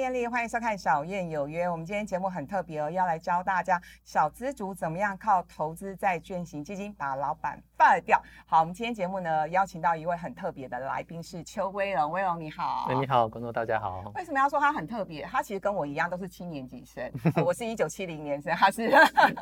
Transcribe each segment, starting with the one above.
艳丽，欢迎收看小燕有约。我们今天节目很特别哦，要来教大家小资族怎么样靠投资债券型基金把老板fire掉。好，我们今天节目呢邀请到一位很特别的来宾是邱威龙，威龙你好。 你好，观众大家好。 为什么要说他很特别？他其实跟我一样都是7年级生，我是1970年生，他是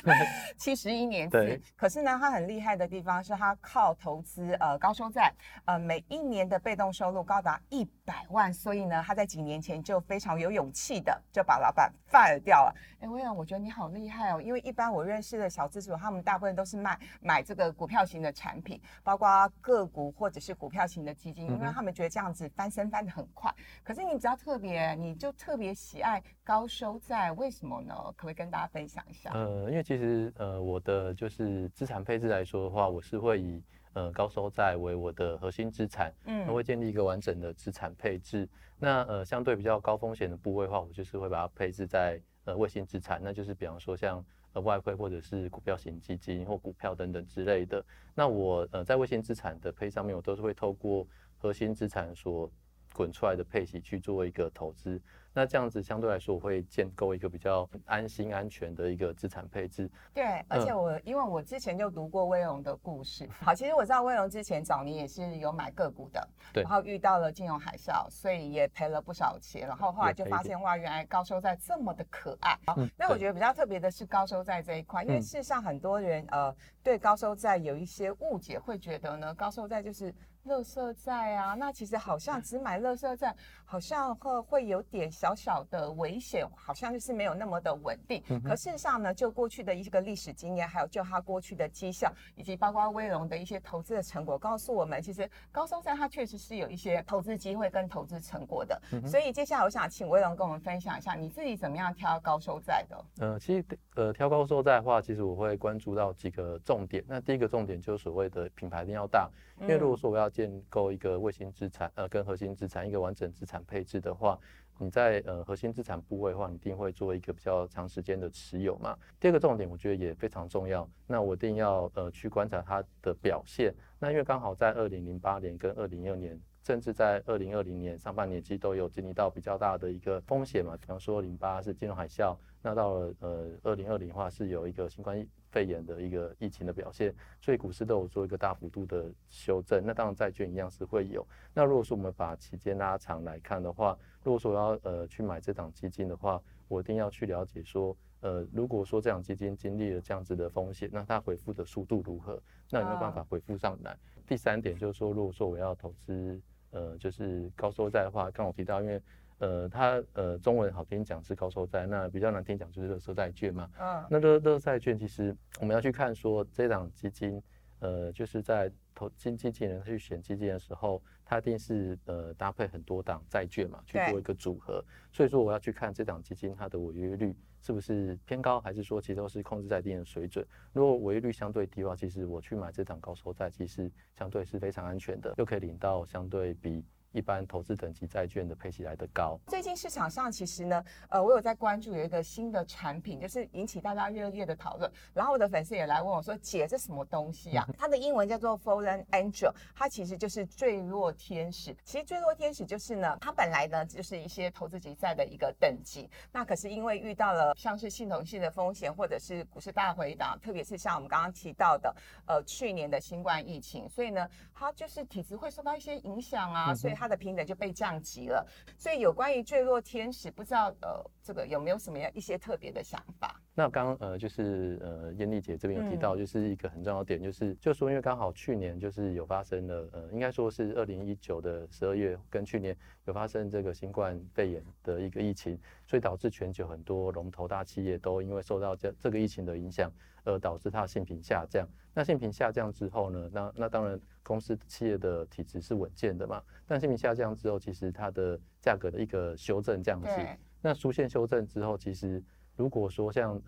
71年次。可是呢，他很厉害的地方是他靠投资高收债，每一年的被动收入高达100万，所以呢，他在几年前就非常有勇气的就把老板 fire 掉了。威龙，我觉得你好厉害哦，因为一般我认识的小资主，他们大部分都是买这个股票型的产品，包括个股或者是股票型的基金，因为他们觉得这样子翻身翻得很快。可是你比较特别，你就特别喜爱高收债，为什么呢？可不可以跟大家分享一下？ 因为其实我的就是资产配置来说的话，我是会以高收债为我的核心资产，我会建立一个完整的资产配置。那相对比较高风险的部位的话，我就是会把它配置在卫星资产，那就是比方说像外汇或者是股票型基金或股票等等之类的。那我在卫星资产的配置上面，我都是会透过核心资产所滚出来的配息去做一个投资，那这样子相对来说，我会建构一个比较安心安全的一个资产配置。 对，而且因为我之前就读过威龙的故事，好，其实我知道威龙之前早年也是有买个股的， 对， 然后遇到了金融海啸，所以也赔了不少钱，然后后来就发现哇，原来高收债这么的可爱。那我觉得比较特别的是高收债这一块，因为事实上很多人对高收债有一些误解，会觉得呢高收债就是垃圾债啊，那其实好像只买垃圾债，好像会有点小小的危险，好像就是没有那么的稳定。可事实上呢，就过去的一个历史经验，还有就他过去的绩效，以及包括威龙的一些投资的成果，告诉我们，其实高收债它确实是有一些投资机会跟投资成果的。所以接下来我想请威龙跟我们分享一下，你自己怎么样挑高收债的？ 其实挑高收债的话，其实我会关注到几个重点。那第一个重点就是所谓的品牌一定要大，因为如果说我要建构一个卫星资产跟核心资产一个完整资产配置的话，你在核心资产部位的话，你一定会做一个比较长时间的持有嘛。第二个重点我觉得也非常重要，那我一定要去观察它的表现。那因为刚好在2008年跟2012年，甚至在2020年上半年其实都有经历到比较大的一个风险嘛，比方说08是金融海啸，那到了2020的话是有一个新冠肺炎的一个疫情的表现，所以股市都有做一个大幅度的修正。那当然债券一样是会有。那如果说我们把期间拉长来看的话，如果说我要去买这档基金的话，我一定要去了解说如果说这档基金经历了这样子的风险，那它回复的速度如何？那有没有办法回复上来？第三点就是说，如果说我要投资就是高收债的话，刚刚我提到，因为它中文好听讲是高收债，那比较难听讲就是垃圾债券嘛。那垃圾债券其实我们要去看说这档基金，就是在基金人去选基金的时候，它一定是搭配很多档债券嘛，去做一个组合。所以说我要去看这档基金它的违约率是不是偏高，还是说其实都是控制在一定的水准。如果违约率相对低的话，其实我去买这档高收债，其实相对是非常安全的，又可以领到相对比一般投资等级债券的配息来得高。 最近市场上其实呢，我有在关注有一个新的产品，就是引起大家热烈的讨论。然后我的粉丝也来问我说：“姐，这什么东西啊？”它的英文叫做 Fallen Angel， 它其实就是坠落天使。其实坠落天使就是呢，它本来呢就是一些投资级债的一个等级，那可是因为遇到了像是系统性的风险，或者是股市大回档，特别是像我们刚刚提到的去年的新冠疫情，所以呢，它就是体质会受到一些影响啊，所以它的平等就被降级了。所以有关于坠落天使，不知道这个有没有什么一些特别的想法？ 那刚刚就是燕丽姐这边有提到，就是一个很重要的点，就说因为刚好去年就是有发生了应该说是2019的12月跟去年有发生这个新冠肺炎的一个疫情，所以导致全球很多龙头大企业都因为受到这个疫情的影响，而导致它的信评下降。那信评下降之后呢，那当然公司企业的体质是稳健的嘛，但信评下降之后，其实它的价格的一个修正降息。那出现修正之后，其实如果说像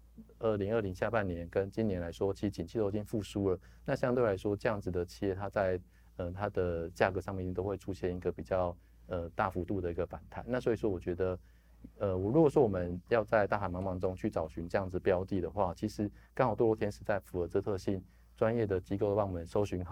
2020下半年跟今年来说，其实景气都已经复苏了，那相对来说这样子的企业，它在它的价格上面都会出现一个比较大幅度的一个反弹。那所以说我觉得如果说我们要在大海茫茫中去找寻这样子标的的话，其实刚好堕落天使在符合这特性，专业的机构都帮我们搜寻好了，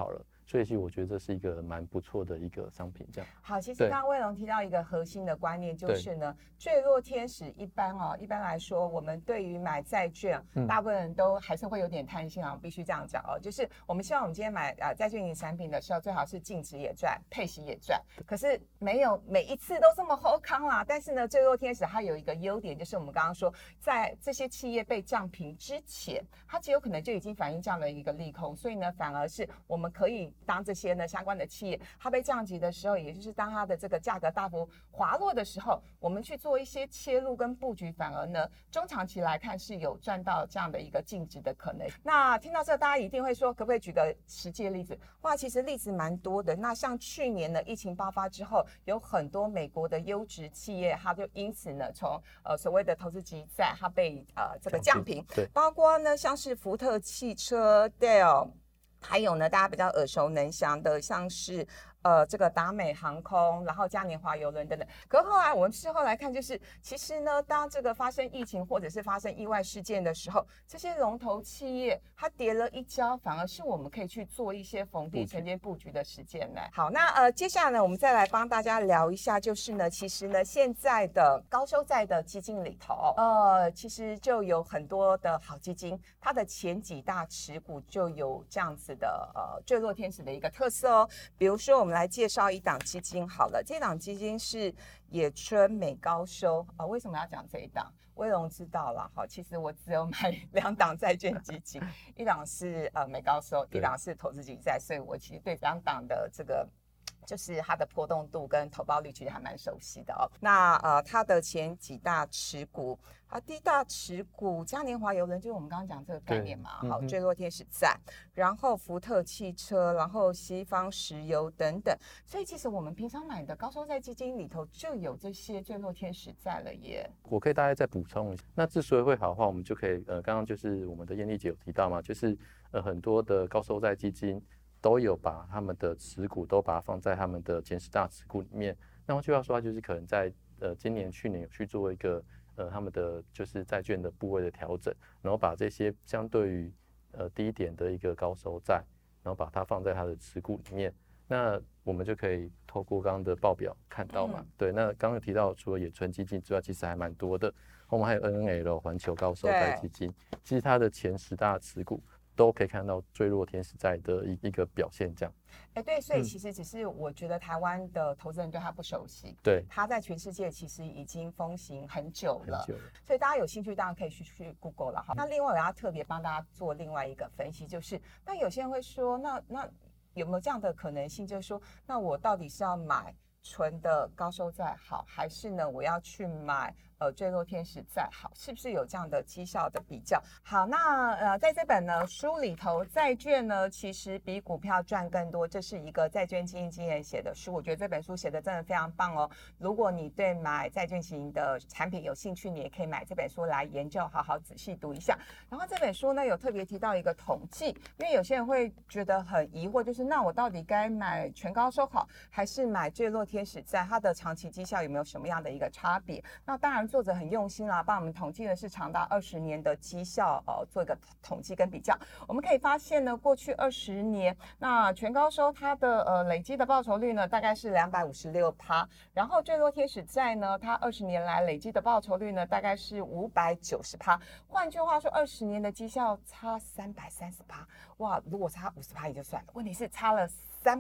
所以其实我觉得这是一个蛮不错的一个商品。这样好，其实刚刚魏龙提到一个核心的观念，就是呢，坠落天使一般来说，我们对于买债券，大部分人都还是会有点贪心啊，必须这样讲哦。就是我们希望我们今天买债券型产品的时候，最好是净值也赚，配息也赚。可是没有每一次都这么好康啦。但是呢，坠落天使它有一个优点，就是我们刚刚说，在这些企业被降评之前，它极有可能就已经反映这样的一个利空，所以呢，反而是我们可以当这些呢相关的企业它被降级的时候，也就是当它的这个价格大幅滑落的时候，我们去做一些切入跟布局，反而呢中长期来看是有赚到这样的一个净值的可能。那听到这，大家一定会说，可不可以举个实际的例子？哇，其实例子蛮多的。那像去年呢疫情爆发之后，有很多美国的优质企业，它就因此呢从所谓的投资级债，它被这个降评， 对， 包括呢像是福特汽车、Dell， 还有呢大家比较耳熟能详的，像是这个达美航空，然后嘉年华邮轮等等。可是后来我们事后来看，就是其实呢，当这个发生疫情或者是发生意外事件的时候，这些龙头企业它跌了一跤，反而是我们可以去做一些逢低承接布局的时间呢。好，那接下来呢，我们再来帮大家聊一下，就是呢，其实呢，现在的高收债的基金里头，其实就有很多的好基金，它的前几大持股就有这样子的坠落天使的一个特色哦。比如说我们来介绍一档基金好了，这档基金是野村美高收为什么要讲这一档？威龙知道了，好，其实我只有买2档债券基金，一档是美高收，一档是投资级债，所以我其实对2档的这个就是它的波动度跟投报率其实还蛮熟悉的哦。那它的前几大持股，第一大持股嘉年华邮轮，就是我们刚刚讲这个概念嘛，好，坠落天使债，然后福特汽车，然后西方石油等等。所以其实我们平常买的高收债基金里头就有这些坠落天使债了耶。 我可以大概再补充一下，那之所以会好的话，我们就可以刚刚就是我们的燕丽姐有提到嘛，就是很多的高收债基金都有把他们的持股都把它放在他们的前10大持股里面。那换句话说，就是可能在今年、去年有去做一个他们的就是债券的部位的调整，然后把这些相对于低点的一个高收债，然后把它放在它的持股里面。那我们就可以透过刚刚的报表看到嘛，对。那刚刚提到除了野村基金之外，其实还蛮多的。我们还有 NNL 环球高收债基金，其实它的前10大持股都可以看到坠落天使债的一个表现，这样。 对，所以其实只是我觉得台湾的投资人对他不熟悉， 对， 他在全世界其实已经风行很久了，所以大家有兴趣当然可以去 Google 了哈。那另外我要特别帮大家做另外一个分析，就是那有些人会说，那有没有这样的可能性，就是说，那我到底是要买纯的高收债好，还是呢我要去买坠落天使债好，是不是有这样的绩效的比较？好，那在这本呢书里头，债券呢其实比股票赚更多，这是一个债券基金经理写的书，我觉得这本书写的真的非常棒哦。如果你对买债券型的产品有兴趣，你也可以买这本书来研究，好好仔细读一下。然后这本书呢有特别提到一个统计，因为有些人会觉得很疑惑，就是那我到底该买全高收好，还是买坠落天使债？它的长期绩效有没有什么样的一个差别？那当然作者很用心啦，帮我们统计的是长达20年的绩效做一个统计跟比较。我们可以发现呢，过去20年，那全高收它的累积的报酬率呢大概是256%，然后坠落天使债呢，它20年来累积的报酬率呢大概是590%。换句话说，20年的绩效差330%，哇！如果差50%也就算了，问题是差了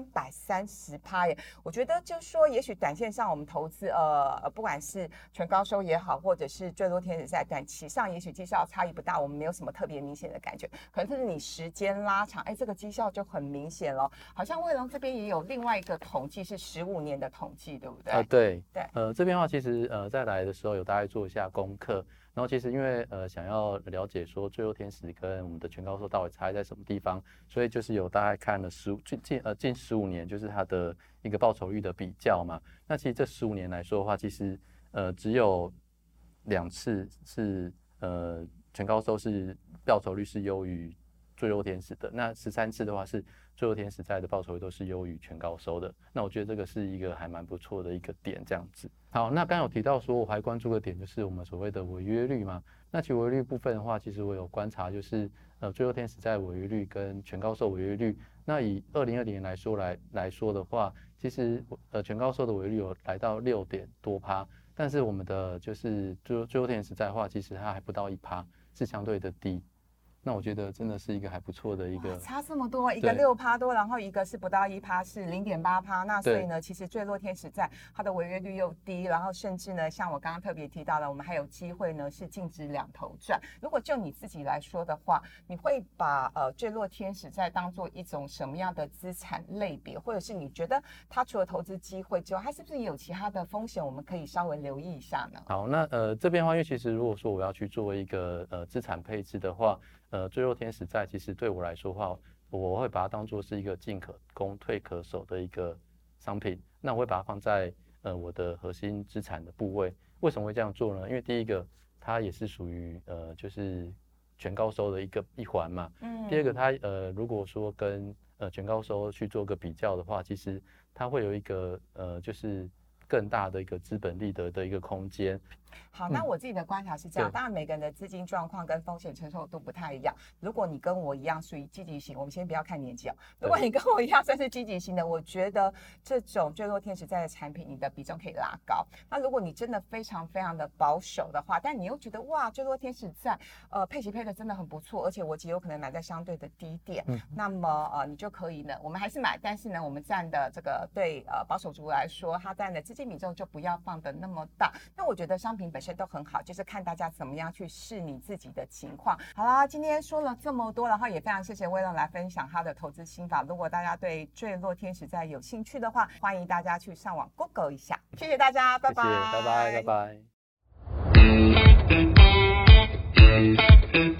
330%耶。我觉得就是说，也许短线上我们投资不管是全高收也好，或者是坠落天使债，短期上也许绩效差异不大，我们没有什么特别明显的感觉。可能就是你时间拉长，这个绩效就很明显了。好像卫龙这边也有另外一个统计是15年的统计，对不对？ 对。这边的话，其实在来的时候有大概做一下功课。然后其实因为想要了解说坠落天使跟我们的全高收到底差在什么地方，所以就是有大概看了近15年，就是它的一个报酬率的比较嘛。那其实这15年来说的话，其实只有2次是全高收是报酬率是优于最弱天使的，那13次的话是最弱天使债的报酬率都是优于全高收的。那我觉得这个是一个还蛮不错的一个点，这样子。好，那刚刚有提到说我还关注的点就是我们所谓的违约率嘛。那其实违约率部分的话，其实我有观察，就是最弱天使债违约率跟全高收违约率。那以2020年来说的话，其实全高收的违约率有来到6%多，但是我们的就是最弱天使债的话，其实它还不到1%，是相对的低。那我觉得真的是一个还不错的一个， 差这么多，一个6%多，然后一个是不到1%，是0.8%。那所以呢，其实最弱天使债它的违约率又低，然后甚至呢，像我刚刚特别提到的，我们还有机会呢是净值2头赚。如果就你自己来说的话，你会把最弱天使债当做一种什么样的资产类别，或者是你觉得它除了投资机会之外，它是不是也有其他的风险，我们可以稍微留意一下呢？ 好，那这边的话，因为其实如果说我要去做一个资产配置的话，最弱天使债其实对我来说的话，我会把它当作是一个进可攻退可守的一个商品。那我会把它放在我的核心资产的部位。为什么会这样做呢？因为第一个，它也是属于就是全高收的一环嘛。第二个，它如果说跟全高收去做个比较的话，其实它会有一个就是更大的一个资本利得的一个空间。 好，那我自己的观察是这样，当然每个人的资金状况跟风险承受度不太一样。如果你跟我一样属于积极型，我们先不要看年纪哦。如果你跟我一样算是积极型的，我觉得这种最弱天使债的产品，你的比重可以拉高。那如果你真的非常非常的保守的话，但你又觉得哇，最弱天使债配息配的真的很不错，而且我极有可能买在相对的低点，那么你就可以呢，我们还是买，但是呢，我们占的这个对保守族来说，它占的资金比重就不要放的那么大。那我觉得商品本身都很好，就是看大家怎么样去试你自己的情况。好啦，今天说了这么多，然后也非常谢谢威廉来分享他的投资心法。如果大家对最弱天使债有兴趣的话，欢迎大家去上网 Google 一下。谢谢大家，拜拜， 谢谢，拜拜，拜拜。